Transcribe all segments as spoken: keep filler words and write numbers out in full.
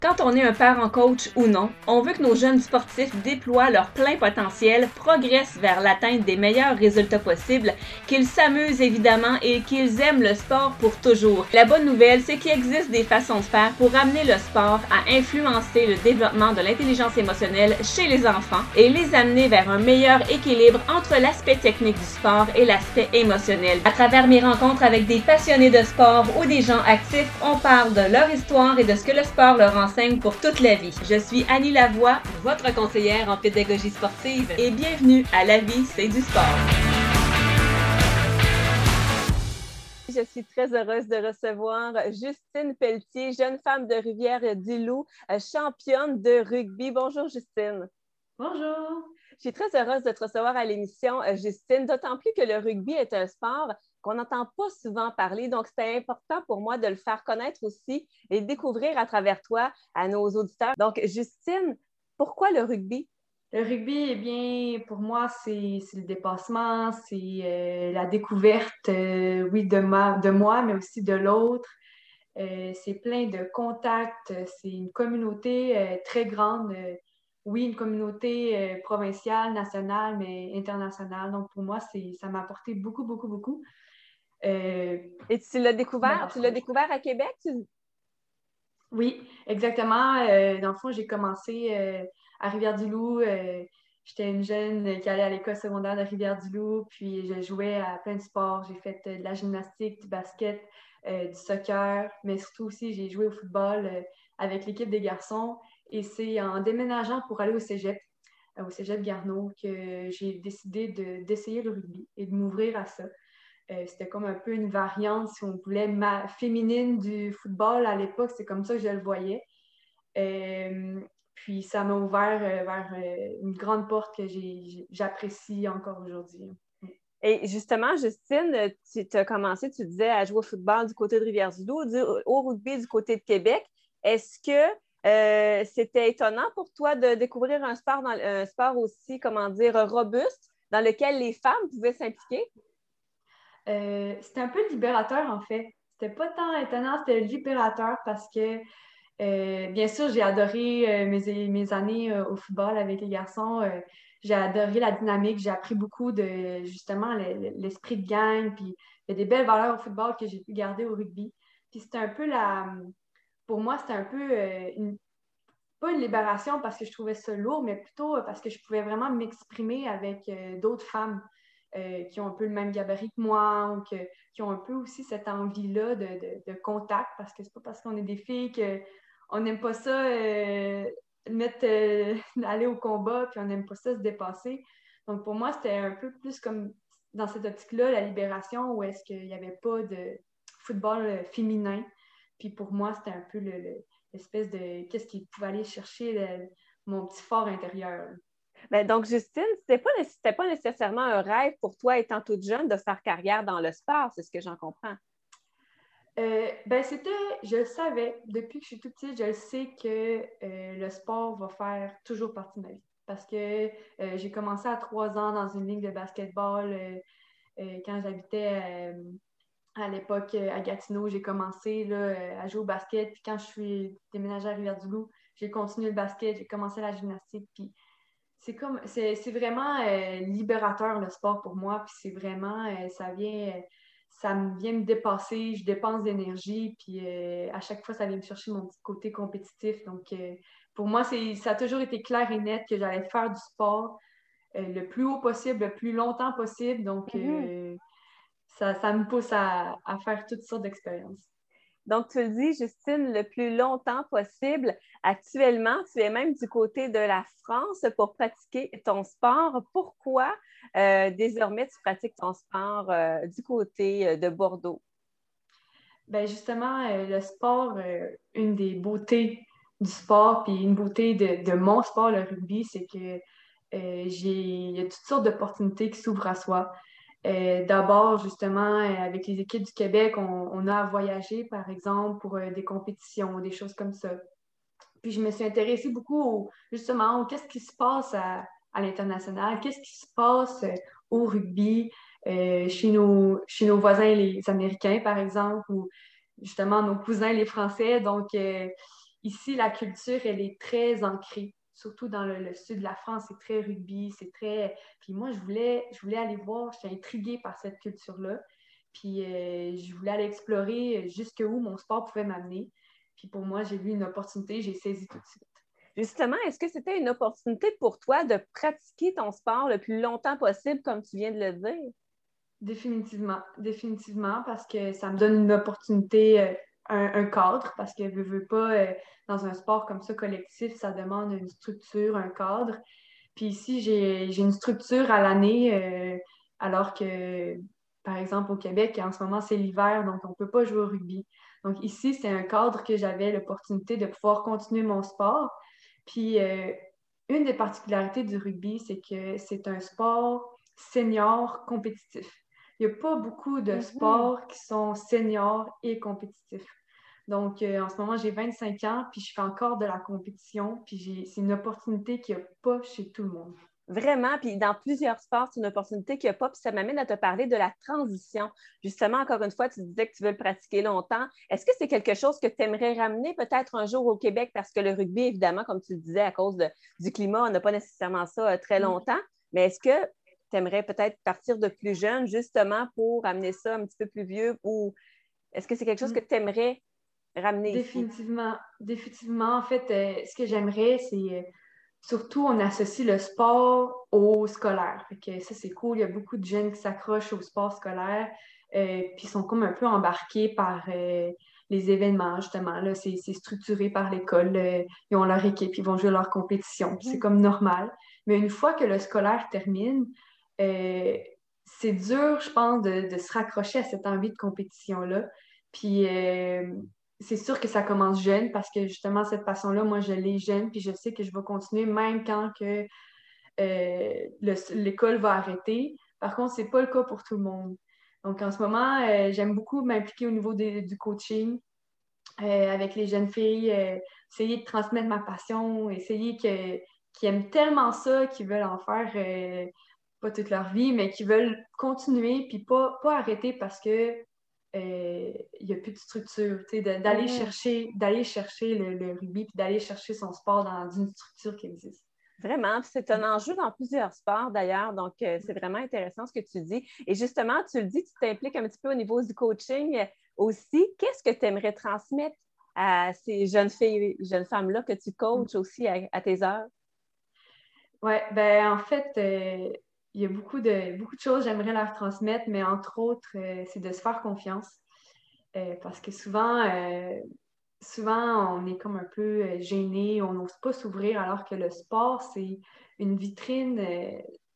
Quand on est un parent coach ou non, on veut que nos jeunes sportifs déploient leur plein potentiel, progressent vers l'atteinte des meilleurs résultats possibles, qu'ils s'amusent évidemment et qu'ils aiment le sport pour toujours. La bonne nouvelle, c'est qu'il existe des façons de faire pour amener le sport à influencer le développement de l'intelligence émotionnelle chez les enfants et les amener vers un meilleur équilibre entre l'aspect technique du sport et l'aspect émotionnel. À travers mes rencontres avec des passionnés de sport ou des gens actifs, on parle de leur histoire et de ce que le sport leur enseigne pour toute la vie. Je suis Annie Lavoie, votre conseillère en pédagogie sportive, et bienvenue à La vie, c'est du sport. Je suis très heureuse de recevoir Justine Pelletier, jeune femme de Rivière-du-Loup, championne de rugby. Bonjour Justine. Bonjour. Je suis très heureuse de te recevoir à l'émission, Justine, d'autant plus que le rugby est un sport qu'on n'entend pas souvent parler. Donc, c'était important pour moi de le faire connaître aussi et de découvrir à travers toi à nos auditeurs. Donc, Justine, pourquoi le rugby? Le rugby, eh bien, pour moi, c'est, c'est le dépassement, c'est euh, la découverte, euh, oui, de, ma, de moi, mais aussi de l'autre. Euh, c'est plein de contacts, c'est une communauté euh, très grande. Euh, oui, une communauté euh, provinciale, nationale, mais internationale. Donc, pour moi, c'est, ça m'a apporté beaucoup, beaucoup, beaucoup. Euh, Et tu l'as découvert, tu l'as découvert à Québec? Tu... Oui, exactement. Euh, dans le fond, j'ai commencé euh, à Rivière-du-Loup. Euh, j'étais une jeune qui allait à l'école secondaire de Rivière-du-Loup, puis je jouais à plein de sports. J'ai fait euh, de la gymnastique, du basket, euh, du soccer, mais surtout aussi, j'ai joué au football euh, avec l'équipe des garçons. Et c'est en déménageant pour aller au cégep, euh, au cégep Garneau, que j'ai décidé de, d'essayer le rugby et de m'ouvrir à ça. Euh, c'était comme un peu une variante, si on voulait, ma féminine du football à l'époque. C'est comme ça que je le voyais. Euh, puis ça m'a ouvert euh, vers euh, une grande porte que j'ai, j'apprécie encore aujourd'hui. Et justement, Justine, tu as commencé, tu disais, à jouer au football du côté de Rivière-du-Loup, au rugby du côté de Québec. Est-ce que euh, c'était étonnant pour toi de découvrir un sport, dans, un sport aussi, comment dire, robuste, dans lequel les femmes pouvaient s'impliquer? Euh, c'était un peu libérateur, en fait. C'était pas tant étonnant, c'était libérateur parce que, euh, bien sûr, j'ai adoré euh, mes, mes années euh, au football avec les garçons. Euh, j'ai adoré la dynamique. J'ai appris beaucoup de, justement, le- l'esprit de gang. Puis, il y a des belles valeurs au football que j'ai pu garder au rugby. Puis, c'était un peu la... Pour moi, c'était un peu euh, une, pas une libération parce que je trouvais ça lourd, mais plutôt parce que je pouvais vraiment m'exprimer avec euh, d'autres femmes euh, qui ont un peu le même gabarit que moi ou que, qui ont un peu aussi cette envie-là de, de, de contact, parce que c'est pas parce qu'on est des filles qu'on n'aime pas ça euh, mettre, euh, aller au combat, puis on n'aime pas ça se dépasser. Donc pour moi, c'était un peu plus comme dans cette optique-là, la libération, où est-ce qu'il n'y avait pas de football féminin. Puis pour moi, c'était un peu le, le espèce de qu'est-ce qui pouvait aller chercher le, mon petit fort intérieur. Bien, donc, Justine, ce n'était pas, pas nécessairement un rêve pour toi, étant toute jeune, de faire carrière dans le sport, c'est ce que j'en comprends. Euh, ben c'était, je le savais, depuis que je suis toute petite, je le sais que euh, le sport va faire toujours partie de ma vie. Parce que euh, j'ai commencé à trois ans dans une ligue de basketball euh, euh, quand j'habitais euh, à l'époque à Gatineau. J'ai commencé là, à jouer au basket. Puis quand je suis déménagée à Rivière-du-Loup, j'ai continué le basket, j'ai commencé la gymnastique. Puis c'est comme, c'est, c'est vraiment euh, libérateur le sport pour moi. Puis c'est vraiment, euh, ça vient, euh, ça me vient me dépasser. Je dépense d'énergie. Puis euh, à chaque fois, ça vient me chercher mon petit côté compétitif. Donc euh, pour moi, c'est, ça a toujours été clair et net que j'allais faire du sport euh, le plus haut possible, le plus longtemps possible. Donc euh, ça, ça me pousse à, à faire toutes sortes d'expériences. Donc, tu le dis, Justine, le plus longtemps possible. Actuellement, tu es même du côté de la France pour pratiquer ton sport. Pourquoi euh, désormais tu pratiques ton sport euh, du côté euh, de Bordeaux? Ben justement, euh, le sport, euh, une des beautés du sport, puis une beauté de, de mon sport, le rugby, c'est que euh, j'ai, il y a toutes sortes d'opportunités qui s'ouvrent à soi. Euh, d'abord, justement, euh, avec les équipes du Québec, on, on a à voyager, par exemple, pour euh, des compétitions, des choses comme ça. Puis je me suis intéressée beaucoup au, justement au qu'est-ce qui se passe à, à l'international, qu'est-ce qui se passe euh, au rugby euh, chez nos, chez nos voisins les Américains, par exemple, ou justement nos cousins les Français. Donc, euh, ici, la culture, elle est très ancrée. Surtout dans le, le sud de la France, c'est très rugby, c'est très... Puis moi, je voulais, je voulais aller voir, j'étais intriguée par cette culture-là. Puis euh, je voulais aller explorer jusqu'où mon sport pouvait m'amener. Puis pour moi, j'ai vu une opportunité, j'ai saisi tout de suite. Justement, est-ce que c'était une opportunité pour toi de pratiquer ton sport le plus longtemps possible, comme tu viens de le dire? Définitivement, définitivement, parce que ça me donne une opportunité, euh, un, un cadre, parce que veux, veux pas, euh, dans un sport comme ça collectif, ça demande une structure, un cadre. Puis ici, j'ai, j'ai une structure à l'année, euh, alors que, par exemple, au Québec, en ce moment, c'est l'hiver, donc on ne peut pas jouer au rugby. Donc ici, c'est un cadre que j'avais l'opportunité de pouvoir continuer mon sport. Puis euh, une des particularités du rugby, c'est que c'est un sport senior compétitif. Il n'y a pas beaucoup de Mhm. sports qui sont seniors et compétitifs. Donc, euh, en ce moment, j'ai vingt-cinq ans, puis je fais encore de la compétition, puis j'ai... c'est une opportunité qu'il n'y a pas chez tout le monde. Vraiment, puis dans plusieurs sports, c'est une opportunité qu'il n'y a pas, puis ça m'amène à te parler de la transition. Justement, encore une fois, tu disais que tu veux le pratiquer longtemps. Est-ce que c'est quelque chose que tu aimerais ramener peut-être un jour au Québec? Parce que le rugby, évidemment, comme tu le disais, à cause de- du climat, on n'a pas nécessairement ça euh, très Mm. longtemps. Mais est-ce que tu aimerais peut-être partir de plus jeune, justement, pour amener ça un petit peu plus vieux? Ou est-ce que c'est quelque chose que Mm. tu aimerais ramener ici? Définitivement, définitivement. En fait, euh, ce que j'aimerais, c'est euh, surtout, on associe le sport au scolaire. Fait que ça, c'est cool. Il y a beaucoup de jeunes qui s'accrochent au sport scolaire, euh, puis sont comme un peu embarqués par euh, les événements, justement. Là, c'est, c'est structuré par l'école. Euh, ils ont leur équipe, ils vont jouer leur compétition. Puis c'est Mhm. comme normal. Mais une fois que le scolaire termine, euh, c'est dur, je pense, de, de se raccrocher à cette envie de compétition-là. Puis euh, c'est sûr que ça commence jeune parce que justement, cette passion-là, moi, je l'ai jeune, puis je sais que je vais continuer même quand que, euh, le- l'école va arrêter. Par contre, c'est pas le cas pour tout le monde. Donc, en ce moment, euh, j'aime beaucoup m'impliquer au niveau des- du coaching euh, avec les jeunes filles, euh, essayer de transmettre ma passion, essayer que, qu'ils aiment tellement ça qu'ils veulent en faire euh, pas toute leur vie, mais qu'ils veulent continuer puis pas, pas arrêter parce que euh, il n'y a plus de structure, tu sais, de- d'aller Mhm. chercher, d'aller chercher le, le rugby puis d'aller chercher son sport dans une structure qui existe. Vraiment, puis c'est un enjeu dans plusieurs sports d'ailleurs, donc euh, c'est vraiment intéressant ce que tu dis. Et justement, tu le dis, tu t'impliques un petit peu au niveau du coaching euh, aussi. Qu'est-ce que tu aimerais transmettre à ces jeunes filles, jeunes femmes-là que tu coaches aussi à, à tes heures? Ouais, ben en fait, euh, il y a beaucoup de, beaucoup de choses que j'aimerais leur transmettre, mais entre autres, euh, c'est de se faire confiance. Euh, parce que souvent, euh, souvent, on est comme un peu euh, gêné, on n'ose pas s'ouvrir, alors que le sport, c'est une vitrine euh,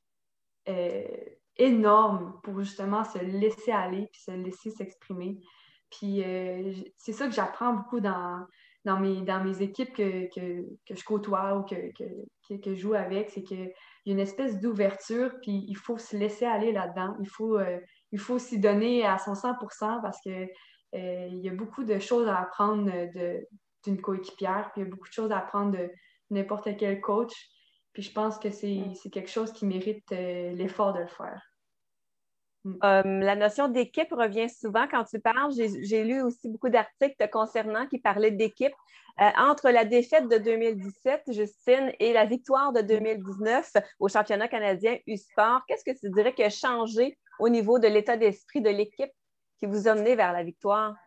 euh, énorme pour justement se laisser aller puis se laisser s'exprimer. Puis euh, j- c'est ça que j'apprends beaucoup dans, dans mes, dans mes équipes que, que, que je côtoie ou que, que, que, que je joue avec, c'est qu'il y a une espèce d'ouverture, puis il faut se laisser aller là-dedans. Il faut, euh, il faut s'y donner à son cent pour cent parce que euh, il y a beaucoup de choses à apprendre de, d'une coéquipière, puis il y a beaucoup de choses à apprendre de n'importe quel coach. Puis je pense que c'est, c'est quelque chose qui mérite euh, l'effort de le faire. Mm. Euh, la notion d'équipe revient souvent quand tu parles. J'ai j'ai lu aussi beaucoup d'articles te concernant qui parlaient d'équipe. Euh, entre la défaite de deux mille dix-sept, Justine, et la victoire de deux mille dix-neuf au championnat canadien U-Sport, qu'est-ce que tu dirais qui a changé au niveau de l'état d'esprit de l'équipe qui vous a mené vers la victoire?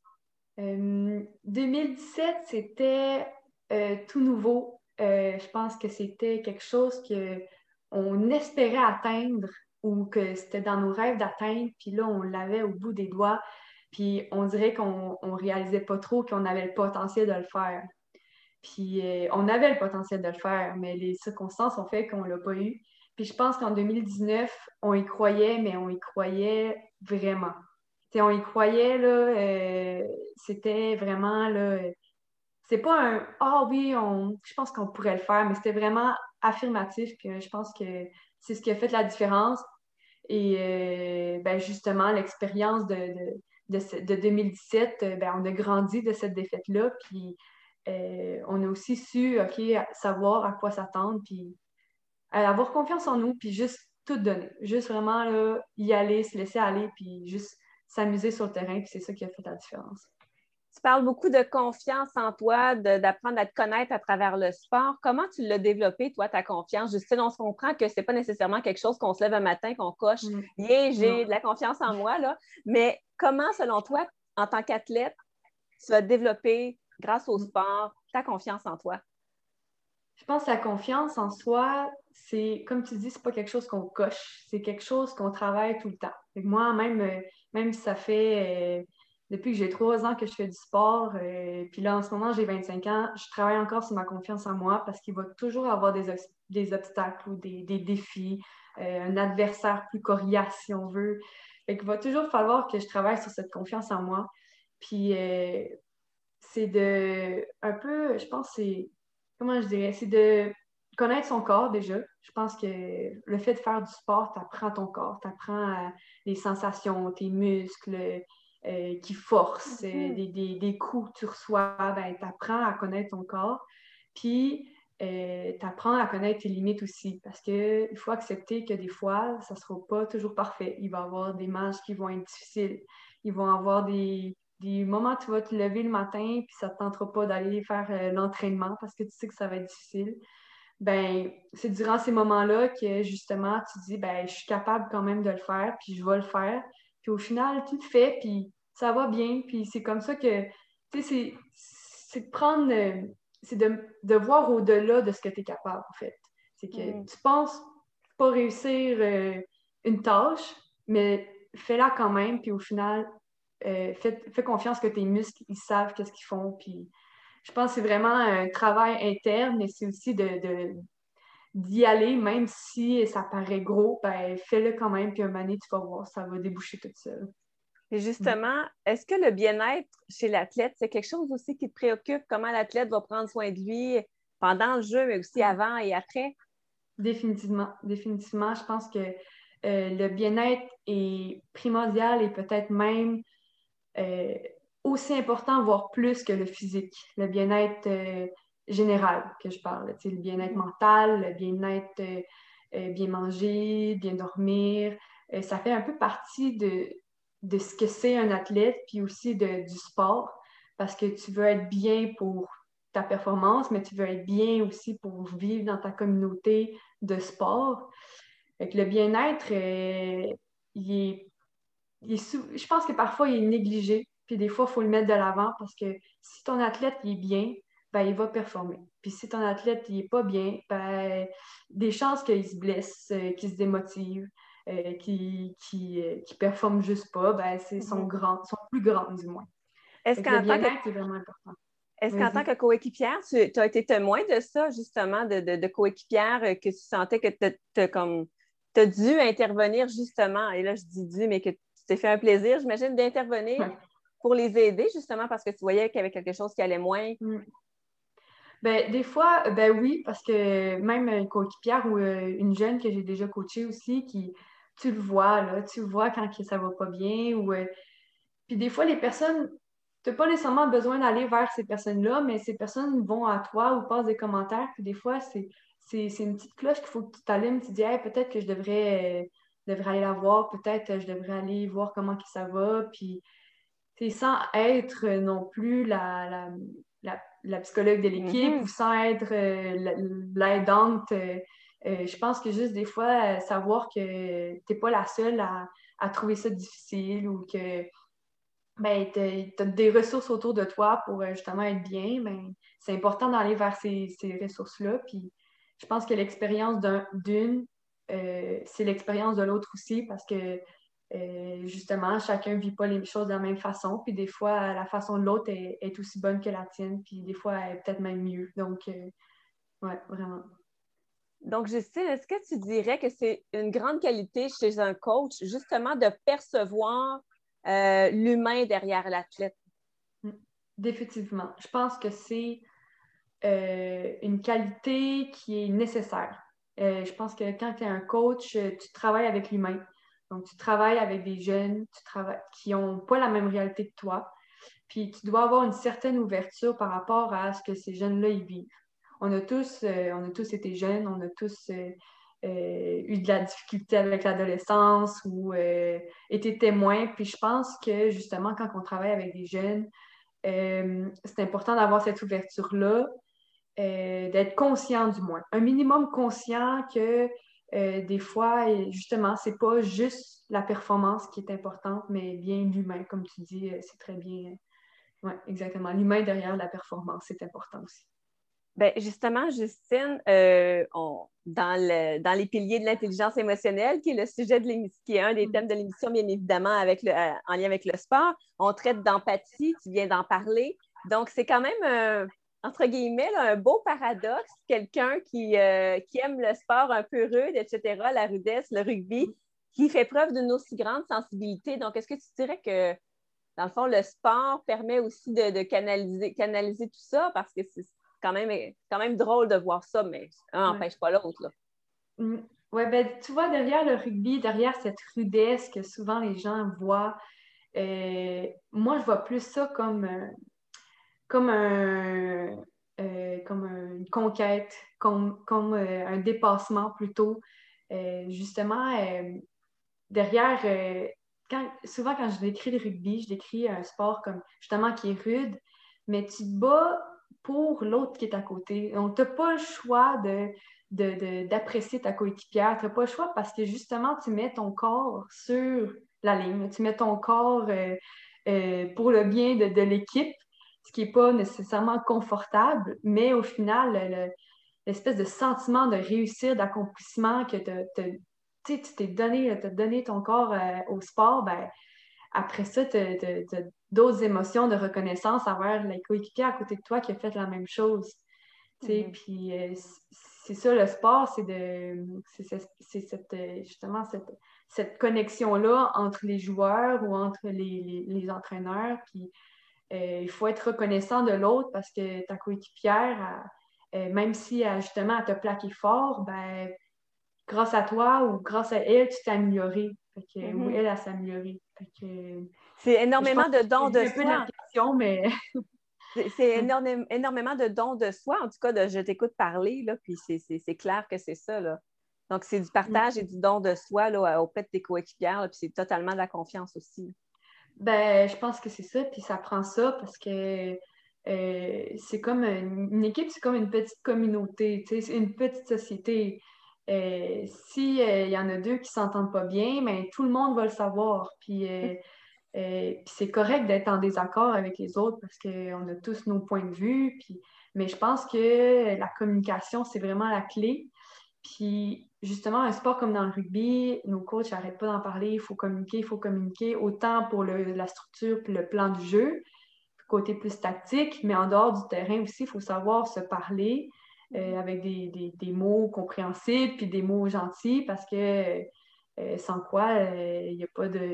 Euh, deux mille dix-sept, c'était euh, tout nouveau. Euh, je pense que c'était quelque chose que on espérait atteindre ou que c'était dans nos rêves d'atteindre, puis là, on l'avait au bout des doigts, puis on dirait qu'on on réalisait pas trop qu'on avait le potentiel de le faire. Puis euh, on avait le potentiel de le faire, mais les circonstances ont fait qu'on l'a pas eu. Puis je pense qu'en deux mille dix-neuf, on y croyait, mais on y croyait vraiment. T'sais, on y croyait, là, euh, c'était vraiment, là, euh, c'est pas un «Ah oui, on, je pense qu'on pourrait le faire», mais c'était vraiment affirmatif, puis euh, je pense que c'est ce qui a fait la différence. Et euh, ben, justement, l'expérience de, de, de, ce- de deux mille dix-sept, euh, ben, on a grandi de cette défaite-là, puis euh, on a aussi su, OK, savoir à quoi s'attendre, puis euh, avoir confiance en nous, puis juste tout donner. Juste vraiment là, y aller, se laisser aller, puis juste s'amuser sur le terrain, puis c'est ça qui a fait la différence. Tu parles beaucoup de confiance en toi, de- d'apprendre à te connaître à travers le sport. Comment tu l'as développé, toi, ta confiance? Justine, on se comprend que ce n'est pas nécessairement quelque chose qu'on se lève un matin, qu'on coche, Mm. yeah, j'ai Non. de la confiance en moi, là. Mais comment, selon toi, en tant qu'athlète, tu vas développer, grâce au Mm. sport, ta confiance en toi? Je pense que la confiance en soi, c'est, comme tu dis, c'est pas quelque chose qu'on coche, c'est quelque chose qu'on travaille tout le temps. Fait que moi, même, euh, même si ça fait euh, depuis que j'ai trois ans que je fais du sport, euh, puis là, en ce moment, j'ai vingt-cinq ans, je travaille encore sur ma confiance en moi parce qu'il va toujours avoir des, obs- des obstacles ou des, des défis, euh, un adversaire plus coriace, si on veut. Fait qu'il va toujours falloir que je travaille sur cette confiance en moi. Puis, euh, c'est de, un peu, je pense, c'est, comment je dirais, c'est de connaître son corps déjà. Je pense que le fait de faire du sport, tu apprends ton corps, tu apprends les sensations, tes muscles euh, qui forcent, euh, Mhm. des, des, des coups que tu reçois, ben, tu apprends à connaître ton corps. Puis, euh, tu apprends à connaître tes limites aussi, parce qu'il faut accepter que des fois, ça ne sera pas toujours parfait. Il va y avoir des matchs qui vont être difficiles. Ils vont avoir des, des moments où tu vas te lever le matin, puis ça ne te tentera pas d'aller faire euh, l'entraînement parce que tu sais que ça va être difficile. Ben, c'est durant ces moments-là que justement, tu dis, ben, je suis capable quand même de le faire, puis je vais le faire. Puis au final, tu le fais, puis ça va bien. Puis c'est comme ça que, tu sais, c'est, c'est de prendre, euh, c'est de, de voir au-delà de ce que tu es capable, en fait. C'est que Mhm. tu penses pas réussir euh, une tâche, mais fais-la quand même, puis au final, euh, fais, fais confiance que tes muscles, ils savent qu'est-ce qu'ils font, puis je pense que c'est vraiment un travail interne, mais c'est aussi de, de- d'y aller, même si ça paraît gros, ben fais-le quand même, puis un moment donné, tu vas voir, ça va déboucher tout seul. Et Mm. justement, est-ce que le bien-être chez l'athlète, c'est quelque chose aussi qui te préoccupe? Comment l'athlète va prendre soin de lui pendant le jeu, mais aussi avant et après? Définitivement, définitivement, je pense que euh, le bien-être est primordial et peut-être même euh, aussi important, voire plus que le physique. Le bien-être euh, général que je parle, tu sais, le bien-être Mhm. mental, le bien-être euh, euh, bien manger, bien dormir. Euh, ça fait un peu partie de, de ce que c'est un athlète, puis aussi de, du sport, parce que tu veux être bien pour ta performance, mais tu veux être bien aussi pour vivre dans ta communauté de sport. Fait que le bien-être, euh, il est il est sou- je pense que parfois il est négligé, puis des fois, il faut le mettre de l'avant parce que si ton athlète il est bien, ben, il va performer. Puis si ton athlète il est pas bien, ben, des chances qu'il se blesse, euh, qu'il se démotive, euh, qu'il qu'il, euh, qu'il performe juste pas, ben, c'est son Mhm. grand, son plus grand du moins. Est-ce Fait que le qu'en tant que, bien-être est vraiment important. est-ce qu'en tant Vas-y. que coéquipière, tu as été témoin de ça, justement, de, de, de coéquipière, euh, que tu sentais que tu as dû intervenir, justement, et là, je dis dû, mais que tu t'es fait un plaisir, j'imagine, d'intervenir Ouais. pour les aider, justement, parce que tu voyais qu'il y avait quelque chose qui allait moins. Mm. Ben, des fois, ben oui, parce que même une coéquipière ou euh, une jeune que j'ai déjà coachée aussi, qui, tu le vois, là, tu le vois quand que ça va pas bien. Ou, euh, puis des fois, les personnes, tu n'as pas nécessairement besoin d'aller vers ces personnes-là, mais ces personnes vont à toi ou passent des commentaires. Puis des fois, c'est, c'est, c'est une petite cloche qu'il faut que tu t'allumes. Tu dis, hey, peut-être que je devrais, euh, devrais aller la voir, peut-être que je devrais aller voir comment que ça va. Puis c'est sans être euh, non plus la, la, la, la psychologue de l'équipe ou Mhm. sans être euh, la- l'aidante. Euh, euh, je pense que juste des fois, euh, savoir que t'es pas la seule à, à trouver ça difficile ou que ben, tu as des ressources autour de toi pour euh, justement être bien, ben, c'est important d'aller vers ces, ces ressources-là. Puis je pense que l'expérience d'un- d'une, euh, c'est l'expérience de l'autre aussi parce que euh, justement, chacun ne vit pas les choses de la même façon. Puis des fois, la façon de l'autre est, est aussi bonne que la tienne. Puis des fois, elle est peut-être même mieux. Donc, euh, ouais, vraiment. Donc, Justine, est-ce que tu dirais que c'est une grande qualité chez un coach, justement, de percevoir euh, l'humain derrière l'athlète? Mm. Définitivement. Je pense que c'est euh, une qualité qui est nécessaire. Euh, je pense que quand tu es un coach, euh, tu travailles avec l'humain. Donc, tu travailles avec des jeunes tu travailles, qui n'ont pas la même réalité que toi. Puis, tu dois avoir une certaine ouverture par rapport à ce que ces jeunes-là ils vivent. On a tous, euh, on a tous été jeunes, on a tous euh, euh, eu de la difficulté avec l'adolescence ou euh, été témoins. Puis, je pense que justement, quand on travaille avec des jeunes, euh, c'est important d'avoir cette ouverture-là, euh, d'être conscient du moins. Un minimum conscient que euh, des fois, justement, c'est pas juste la performance qui est importante, mais bien l'humain, comme tu dis, euh, c'est très bien. Oui, exactement. L'humain derrière la performance, c'est important aussi. Ben, justement, Justine, euh, on, dans, le, dans les piliers de l'intelligence émotionnelle, qui est le sujet de l'émission, qui est un des thèmes de l'émission, bien évidemment, avec le, euh, en lien avec le sport, on traite d'empathie, tu viens d'en parler. Donc, c'est quand même, euh, entre guillemets, là, un beau paradoxe. Quelqu'un qui, euh, qui aime le sport un peu rude, et cetera, la rudesse, le rugby, qui fait preuve d'une aussi grande sensibilité. Donc, est-ce que tu dirais que, dans le fond, le sport permet aussi de, de canaliser, canaliser tout ça? Parce que c'est quand même, quand même drôle de voir ça, mais un n'empêche ouais. pas l'autre. Là. Mm. Oui, ben, tu vois, derrière le rugby, derrière cette rudesse que souvent les gens voient, euh, moi, je vois plus ça comme, euh, comme, un, euh, comme une conquête, comme, comme euh, un dépassement plutôt. Euh, justement, euh, derrière, euh, quand, souvent quand je décris le rugby, je décris un sport comme justement qui est rude, mais tu te bats pour l'autre qui est à côté. Donc, tu n'as pas le choix de, de, de, d'apprécier ta coéquipière. Tu n'as pas le choix parce que justement, tu mets ton corps sur la ligne. Tu mets ton corps euh, euh, pour le bien de, de l'équipe, ce qui n'est pas nécessairement confortable, mais au final, le, l'espèce de sentiment de réussir, d'accomplissement que tu t'es donné, tu as donné ton corps euh, au sport, ben, après ça, tu as d'autres émotions de reconnaissance envers la coéquipier à côté de toi qui a fait la même chose. Mm-hmm. Puis euh, c'est ça le sport, c'est de c'est cette, justement cette, cette connexion-là entre les joueurs ou entre les, les, les entraîneurs. Puis euh, il faut être reconnaissant de l'autre parce que ta coéquipière, euh, même si elle, justement elle t'a plaqué fort, ben, grâce à toi ou grâce à elle, tu t'es amélioré. Fait que, mm-hmm. Ou elle, elle s'est améliorée. C'est énormément de dons de soi. C'est un peu la question, mais... c'est énorme, énormément de dons de soi. En tout cas, de, je t'écoute parler, là, puis c'est clair que c'est ça. Là. Donc, c'est du partage mm-hmm. et du don de soi là, auprès de tes coéquipières, puis c'est totalement de la confiance aussi. Ben, je pense que c'est ça, puis ça prend ça parce que euh, c'est comme une, une équipe, c'est comme une petite communauté, c'est une petite société. Euh, si euh, il y en a deux qui s'entendent pas bien, ben, tout le monde va le savoir. Puis, euh, euh, puis c'est correct d'être en désaccord avec les autres parce qu'on a tous nos points de vue. Puis, mais je pense que la communication, c'est vraiment la clé. Puis justement, un sport comme dans le rugby, nos coachs n'arrêtent pas d'en parler, il faut communiquer, il faut communiquer, autant pour le, la structure puis le plan du jeu, côté plus tactique, mais en dehors du terrain aussi, il faut savoir se parler euh, avec des, des, des mots compréhensibles puis des mots gentils parce que euh, sans quoi, il euh, n'y a,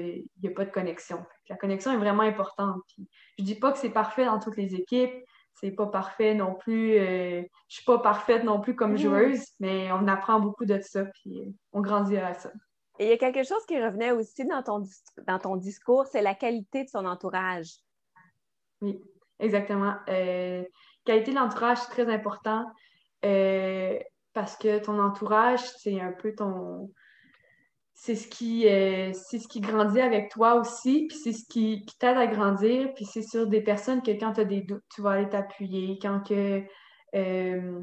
a pas de connexion. La connexion est vraiment importante. Puis, je ne dis pas que c'est parfait dans toutes les équipes, c'est pas parfait non plus. Euh, je suis pas parfaite non plus comme joueuse, mmh. mais on apprend beaucoup de ça, puis on grandit à ça. Et il y a quelque chose qui revenait aussi dans ton, dans ton discours, c'est la qualité de son entourage. Oui, exactement. Euh, qualité de l'entourage, c'est très important euh, parce que ton entourage, c'est un peu ton... C'est ce qui euh, c'est ce qui grandit avec toi aussi, puis c'est ce qui, qui t'aide à grandir, puis c'est sur des personnes que quand tu as des doutes, tu vas aller t'appuyer, quand que euh,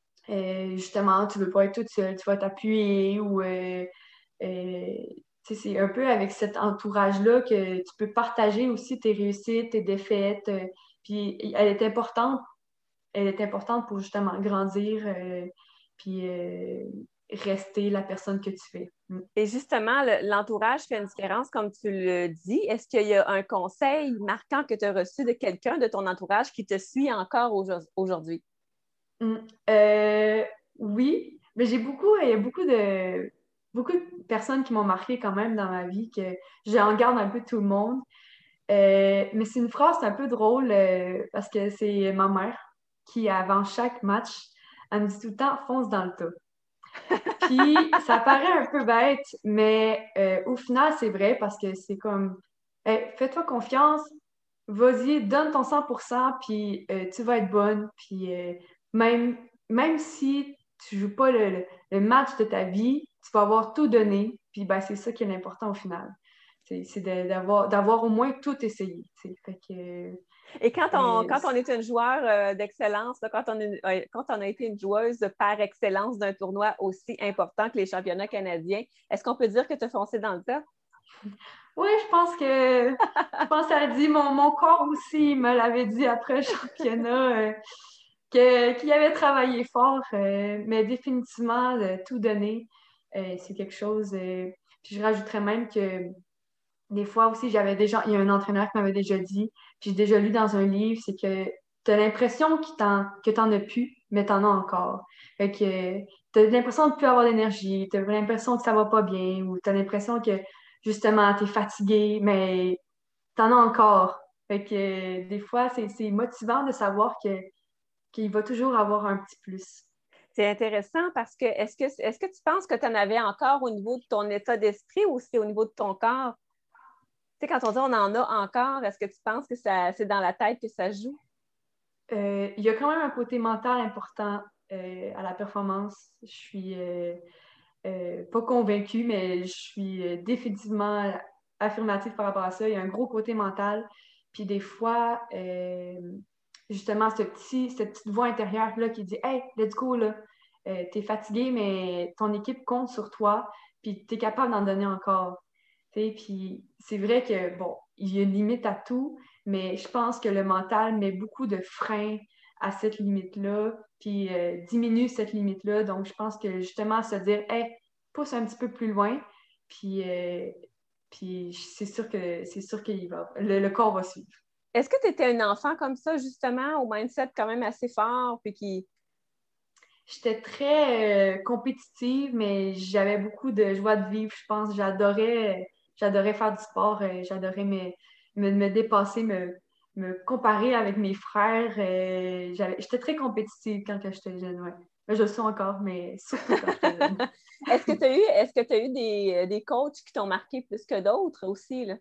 euh, justement tu veux pas être toute seule, tu vas t'appuyer ou euh, euh, c'est un peu avec cet entourage-là que tu peux partager aussi tes réussites, tes défaites, euh, puis elle est importante, elle est importante pour justement grandir, euh, puis euh, rester la personne que tu fais. Et justement, l'entourage fait une différence, comme tu le dis. Est-ce qu'il y a un conseil marquant que tu as reçu de quelqu'un de ton entourage qui te suit encore aujourd'hui? Mmh. Euh, oui, mais j'ai beaucoup, il y a beaucoup de, beaucoup de personnes qui m'ont marqué quand même dans ma vie, que j'en garde un peu tout le monde. Euh, mais c'est une phrase un peu drôle euh, parce que c'est ma mère qui, avant chaque match, elle me dit tout le temps « fonce dans le tas ». Puis, ça paraît un peu bête, mais euh, au final, c'est vrai parce que c'est comme hey, « fais-toi confiance, vas-y, donne ton cent pour cent, puis euh, tu vas être bonne. » Puis euh, même, même si tu joues pas le, le match de ta vie, tu vas avoir tout donné, puis ben, c'est ça qui est l'important au final. C'est d'avoir d'avoir au moins tout essayé. Fait que, Et quand on, Mais, quand on est une joueur euh, d'excellence, là, quand, on est, euh, quand on a été une joueuse par excellence d'un tournoi aussi important que les championnats canadiens, est-ce qu'on peut dire que tu as foncé dans le tas? oui, je pense que je pense que ça a dit, mon, mon corps aussi me l'avait dit après le championnat euh, que, qu'il avait travaillé fort, euh, mais définitivement, euh, tout donner, euh, c'est quelque chose. Euh, puis je rajouterais même que des fois aussi, j'avais déjà, il y a un entraîneur qui m'avait déjà dit, puis j'ai déjà lu dans un livre, c'est que tu as l'impression qu'il t'en, que tu n'en as plus, mais tu en as encore. Fait que tu as l'impression de ne plus avoir d'énergie, tu as l'impression que ça va pas bien, ou tu as l'impression que justement, tu es fatigué, mais tu en as encore. Fait que des fois, c'est, c'est motivant de savoir que, qu'il va toujours avoir un petit plus. C'est intéressant parce que est-ce que, est-ce que tu penses que tu en avais encore au niveau de ton état d'esprit ou c'est au niveau de ton corps? Tu sais, quand on dit on en a encore, est-ce que tu penses que ça, c'est dans la tête que ça joue? Euh, il y a quand même un côté mental important euh, à la performance. Je suis euh, euh, pas convaincue, mais je suis euh, définitivement affirmative par rapport à ça. Il y a un gros côté mental. Puis des fois, euh, justement, ce petit, cette petite voix intérieure-là qui dit Hey, let's go, là. Euh, t'es fatigué, mais ton équipe compte sur toi, puis t'es capable d'en donner encore. T'sais, puis c'est vrai que, bon, il y a une limite à tout, mais je pense que le mental met beaucoup de freins à cette limite-là, puis euh, diminue cette limite-là. Donc, je pense que justement, se dire, hey, pousse un petit peu plus loin, puis, euh, puis c'est sûr que c'est sûr qu'il va, le, le corps va suivre. Est-ce que tu étais un enfant comme ça, justement, au mindset quand même assez fort, puis qui. J'étais très euh, compétitive, mais j'avais beaucoup de joie de vivre, je pense. J'adorais, j'adorais faire du sport, euh, j'adorais me, me, me dépasser, me, me comparer avec mes frères. euh, j'avais- j'étais très compétitive quand que j'étais jeune, ouais. Mais je le suis encore, mais surtout quand j'étais jeune. Est-ce que tu as eu, est-ce que tu as eu des, des coachs qui t'ont marqué plus que d'autres aussi, là?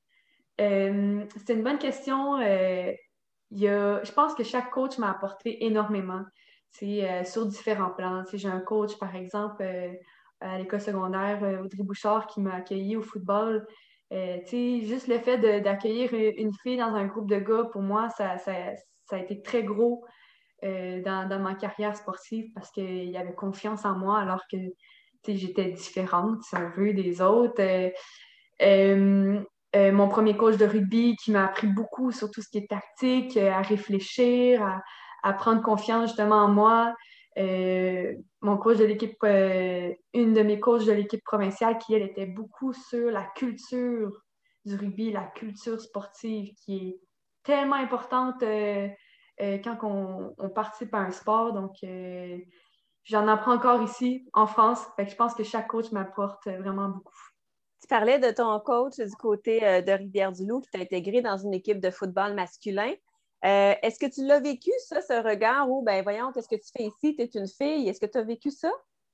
Euh, c'est une bonne question. Euh, il y a, je pense que chaque coach m'a apporté énormément. C'est euh, sur différents plans. Tu sais, j'ai un coach, par exemple, euh, à l'école secondaire, euh, Audrey Bouchard, qui m'a accueilli au football. Euh, tu sais, juste le fait de- d'accueillir une fille dans un groupe de gars, pour moi, ça, ça, ça a été très gros euh, dans, dans ma carrière sportive parce qu'il y avait confiance en moi alors que tu sais, j'étais différente, si on veut, des autres. Euh, euh, euh, mon premier coach de rugby qui m'a appris beaucoup sur tout ce qui est tactique, euh, à réfléchir, à, à prendre confiance justement en moi. Euh, mon coach de l'équipe, euh, une de mes coachs de l'équipe provinciale qui, elle, était beaucoup sur la culture du rugby, la culture sportive qui est tellement importante euh, euh, quand on, on participe à un sport. Donc, euh, j'en apprends encore ici, en France. Fait que je pense que chaque coach m'apporte vraiment beaucoup. Tu parlais de ton coach du côté euh, de Rivière-du-Loup qui t'a intégré dans une équipe de football masculin. Euh, est-ce que tu l'as vécu, ça, ce regard où, ben voyons, qu'est-ce que tu fais ici? Tu es une fille. Est-ce que tu as vécu ça?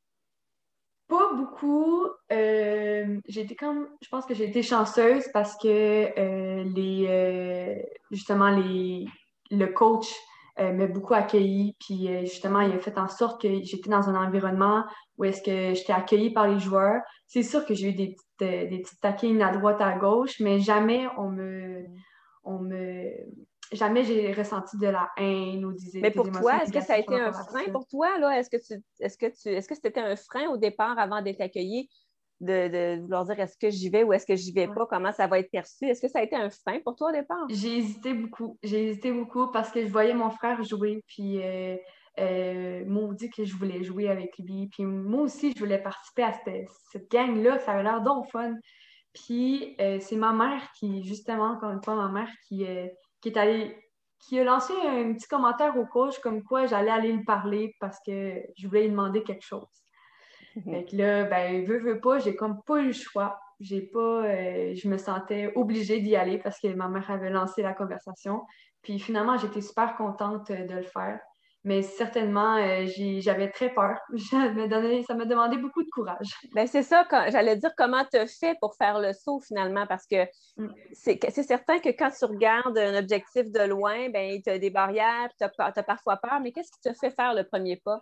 Pas beaucoup. Euh, j'ai été comme, je pense que j'ai été chanceuse parce que euh, les, euh, justement, les, le coach euh, m'a beaucoup accueillie. Puis euh, justement, il a fait en sorte que j'étais dans un environnement où est-ce que j'étais accueillie par les joueurs. C'est sûr que j'ai eu des petites, euh, des petites taquines à droite, à gauche, mais jamais on me, on me, jamais j'ai ressenti de la haine ou des, Mais des pour émotions toi, est-ce que ça a négatives par été un rapport à frein ça. pour toi, là? Est-ce que tu, est-ce que tu, est-ce que c'était un frein au départ avant d'être accueilli, de, de vouloir dire est-ce que j'y vais ou est-ce que j'y vais Ouais. pas? Comment ça va être perçu? Est-ce que ça a été un frein pour toi au départ? J'ai hésité beaucoup. J'ai hésité beaucoup parce que je voyais mon frère jouer, puis euh, euh, maudit que je voulais jouer avec lui. Puis moi aussi, je voulais participer à cette, cette gang-là. Ça avait l'air donc fun. Puis euh, c'est ma mère qui, justement, encore une fois, ma mère qui, euh, qui est allée, qui a lancé un petit commentaire au coach comme quoi j'allais aller lui parler parce que je voulais lui demander quelque chose. Fait que là, ben, veux, veux pas, j'ai comme pas eu le choix. J'ai pas, euh, je me sentais obligée d'y aller parce que ma mère avait lancé la conversation. Puis finalement, j'étais super contente euh, de le faire. Mais certainement, euh, j'ai- j'avais très peur. Ça me donnait, ça m'a demandé beaucoup de courage. Ben c'est ça, quand, j'allais dire comment tu as fait pour faire le saut finalement, parce que Mm. c'est, c'est certain que quand tu regardes un objectif de loin, ben tu as des barrières, tu as, parfois peur, mais qu'est-ce qui te fait faire le premier pas?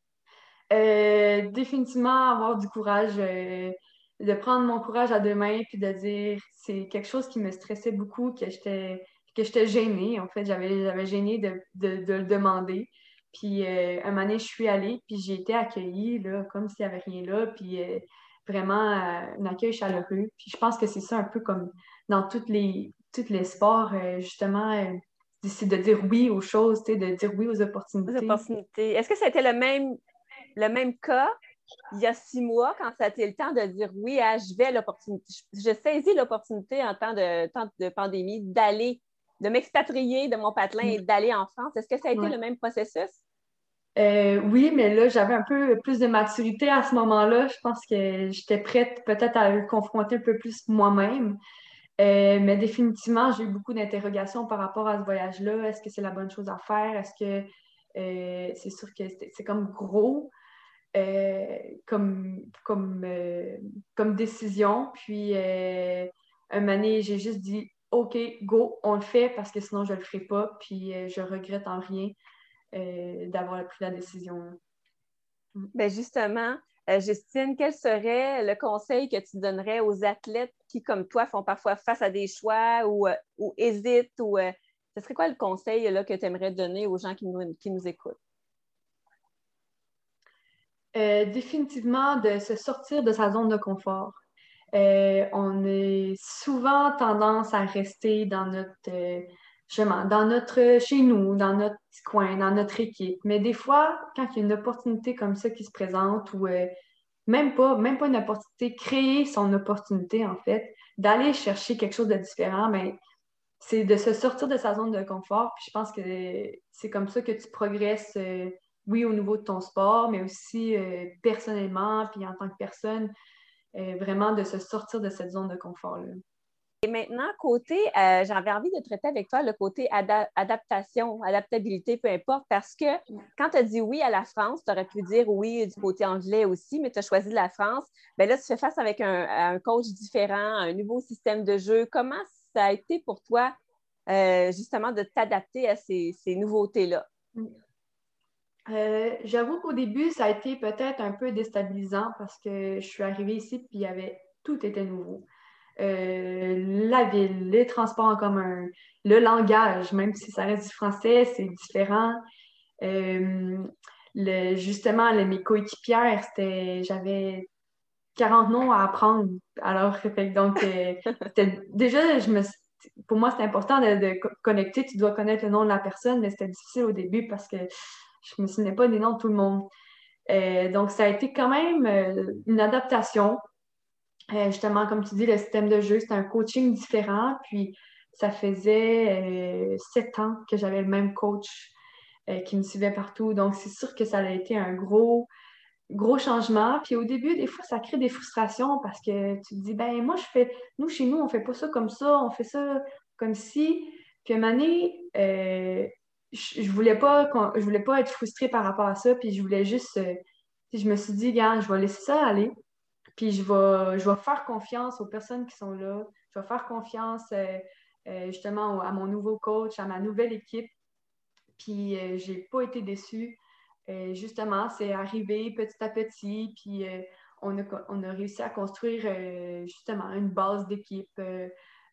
Euh, définitivement avoir du courage, euh, de prendre mon courage à deux mains puis de dire c'est quelque chose qui me stressait beaucoup, que j'étais que j'étais gênée, en fait. J'avais, j'avais gêné de, de, de le demander. Puis, euh, un moment donné, je suis allée, puis j'ai été accueillie, là, comme s'il n'y avait rien là. Puis, euh, vraiment, euh, un accueil chaleureux. Puis, je pense que c'est ça un peu comme dans tous les, tous les sports, euh, justement, euh, c'est de dire oui aux choses, tu sais, de dire oui aux Aux opportunités. opportunités. Est-ce que ça a été le même, le même cas il y a six mois quand ça a été le temps de dire oui à je vais à l'opportunité? Je, je saisis l'opportunité en temps de, temps de pandémie d'aller, de m'expatrier de mon patelin et d'aller en France. Est-ce que ça a été Ouais. le même processus? Euh, oui, mais là, j'avais un peu plus de maturité à ce moment-là. Je pense que j'étais prête peut-être à le confronter un peu plus moi-même. Euh, mais définitivement, j'ai eu beaucoup d'interrogations par rapport à ce voyage-là. Est-ce que c'est la bonne chose à faire? Est-ce que euh, c'est sûr que c'est c'est comme gros euh, comme, comme, euh, comme décision. Puis, euh, un moment donné, j'ai juste dit, OK, go, on le fait parce que sinon, je le ferai pas. Puis, euh, je regrette en rien euh, d'avoir pris la décision. Ben justement, euh, Justine, quel serait le conseil que tu donnerais aux athlètes qui, comme toi, font parfois face à des choix ou, euh, ou hésitent? Ou, euh, ce serait quoi le conseil là, que tu aimerais donner aux gens qui nous, qui nous écoutent? Euh, définitivement, de se sortir de sa zone de confort. Euh, on a souvent tendance à rester dans notre, euh, justement, dans notre, chez nous, dans notre petit coin, dans notre équipe. Mais des fois, quand il y a une opportunité comme ça qui se présente, ou euh, même pas, même pas une opportunité, créer son opportunité, en fait, d'aller chercher quelque chose de différent, mais c'est de se sortir de sa zone de confort. Puis je pense que c'est comme ça que tu progresses, euh, oui, au niveau de ton sport, mais aussi euh, personnellement, puis en tant que personne, euh, vraiment de se sortir de cette zone de confort-là. Et maintenant, côté, euh, j'avais envie de traiter avec toi le côté ada- adaptation, adaptabilité, peu importe, parce que quand tu as dit oui à la France, tu aurais pu dire oui du côté anglais aussi, mais tu as choisi la France. Bien là, tu fais face avec un, un coach différent, un nouveau système de jeu. Comment ça a été pour toi, euh, justement, de t'adapter à ces, ces nouveautés-là? Euh, j'avoue qu'au début, ça a été peut-être un peu déstabilisant parce que je suis arrivée ici puis il y avait tout était nouveau. Euh, la ville, les transports en commun, le langage, même si ça reste du français, c'est différent. Euh, le, justement, le- mes coéquipières, c'était, j'avais quarante noms à apprendre. Alors, fait que donc, euh, c'était- déjà, je me, suis- pour moi, c'est important de, de co- connecter. Tu dois connaître le nom de la personne, mais c'était difficile au début parce que je me souvenais pas des noms de tout le monde. Euh, donc, ça a été quand même euh, une adaptation. Euh, justement, comme tu dis, le système de jeu, c'était un coaching différent. Puis, ça faisait euh, sept ans que j'avais le même coach euh, qui me suivait partout. Donc, c'est sûr que ça a été un gros, gros changement. Puis, au début, des fois, ça crée des frustrations parce que tu te dis, ben moi, je fais, nous, chez nous, on fait pas ça comme ça, on fait ça comme ci. Puis, à un moment donné, euh, je, je voulais pas, qu'on- je voulais pas être frustrée par rapport à ça. Puis, je voulais juste, euh, puis je me suis dit, regarde, je vais laisser ça aller. Puis je vais, je vais faire confiance aux personnes qui sont là. Je vais faire confiance euh, euh, justement au- à mon nouveau coach, à ma nouvelle équipe. Puis euh, j'ai pas été déçue. Euh, justement, c'est arrivé petit à petit. Puis euh, on a, on a réussi à construire euh, justement une base d'équipe, euh,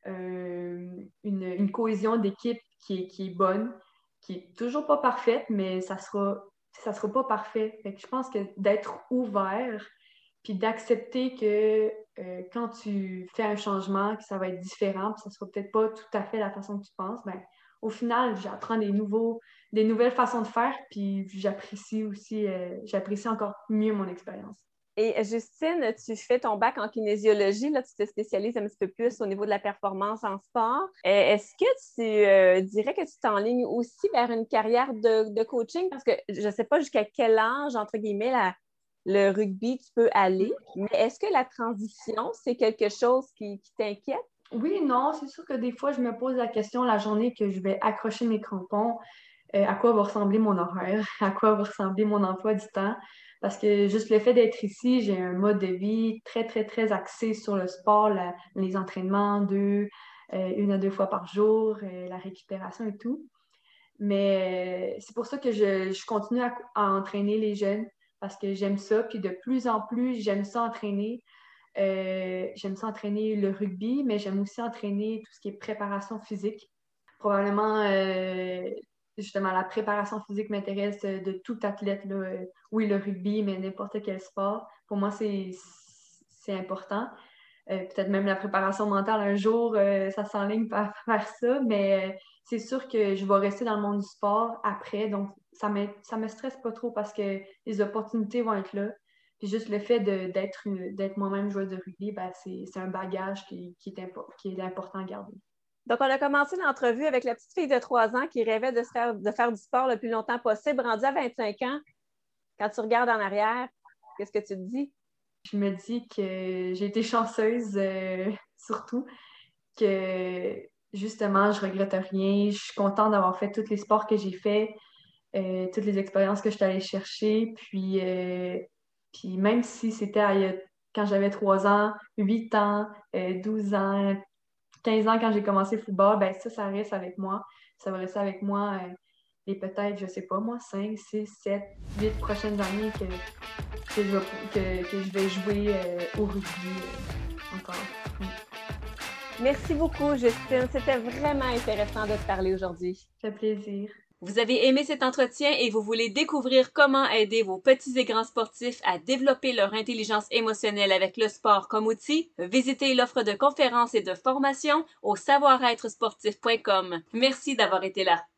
euh, une, une cohésion d'équipe qui est, qui est bonne, qui est toujours pas parfaite, mais ça sera, ça sera pas parfait. Fait que je pense que d'être ouvert puis d'accepter que euh, quand tu fais un changement, que ça va être différent, puis ça sera peut-être pas tout à fait la façon que tu penses, ben, au final, j'apprends des nouveaux, des nouvelles façons de faire, puis j'apprécie aussi, euh, j'apprécie encore mieux mon expérience. Et Justine, tu fais ton bac en kinésiologie, là, tu te spécialises un petit peu plus au niveau de la performance en sport. Euh, Est-ce que tu euh, dirais que tu t'enlignes aussi vers une carrière de, de coaching? Parce que je ne sais pas jusqu'à quel âge, entre guillemets, la, le rugby, tu peux aller, mais est-ce que la transition, c'est quelque chose qui, qui t'inquiète? Oui, non, c'est sûr que des fois, je me pose la question la journée que je vais accrocher mes crampons, euh, à quoi va ressembler mon horaire, à quoi va ressembler mon emploi du temps. Parce que juste le fait d'être ici, j'ai un mode de vie très, très, très axé sur le sport, la- les entraînements, deux, euh, une à deux fois par jour, euh, la récupération et tout. Mais euh, c'est pour ça que je, je continue à, à entraîner les jeunes parce que j'aime ça. Puis de plus en plus, j'aime ça entraîner. Euh, j'aime ça entraîner le rugby, mais j'aime aussi entraîner tout ce qui est préparation physique probablement, euh, justement, la préparation physique m'intéresse de tout athlète, là. Oui, le rugby, mais n'importe quel sport. Pour moi, c'est, c'est important. Euh, peut-être même la préparation mentale un jour, euh, ça s'enligne par faire ça, mais euh, c'est sûr que je vais rester dans le monde du sport après, donc ça me, ça me stresse pas trop parce que les opportunités vont être là. Puis juste le fait de, d'être, d'être moi-même joueuse de rugby, ben c'est, c'est un bagage qui, qui, est impo- qui est important à garder. Donc, on a commencé l'entrevue avec la petite fille de trois ans qui rêvait de, se faire, de faire du sport le plus longtemps possible, rendue à vingt-cinq ans. Quand tu regardes en arrière, qu'est-ce que tu te dis? Je me dis que j'ai été chanceuse, euh, surtout, que justement, je regrette rien. Je suis contente d'avoir fait tous les sports que j'ai faits, euh, toutes les expériences que je suis allée chercher. Puis, euh, puis même si c'était à- quand j'avais trois ans, huit ans, euh, douze ans, quinze ans quand j'ai commencé le football, ben ça, ça reste avec moi. Ça va rester avec moi. euh, et peut-être, je sais pas moi, cinq, six, sept, huit prochaines années que, que, je, vais, que, que je vais jouer euh, au rugby euh, encore. Mm. Merci beaucoup, Justine. C'était vraiment intéressant de te parler aujourd'hui. Ça fait plaisir. Vous avez aimé cet entretien et vous voulez découvrir comment aider vos petits et grands sportifs à développer leur intelligence émotionnelle avec le sport comme outil? Visitez l'offre de conférences et de formations au savoir être sportif point com. Merci d'avoir été là.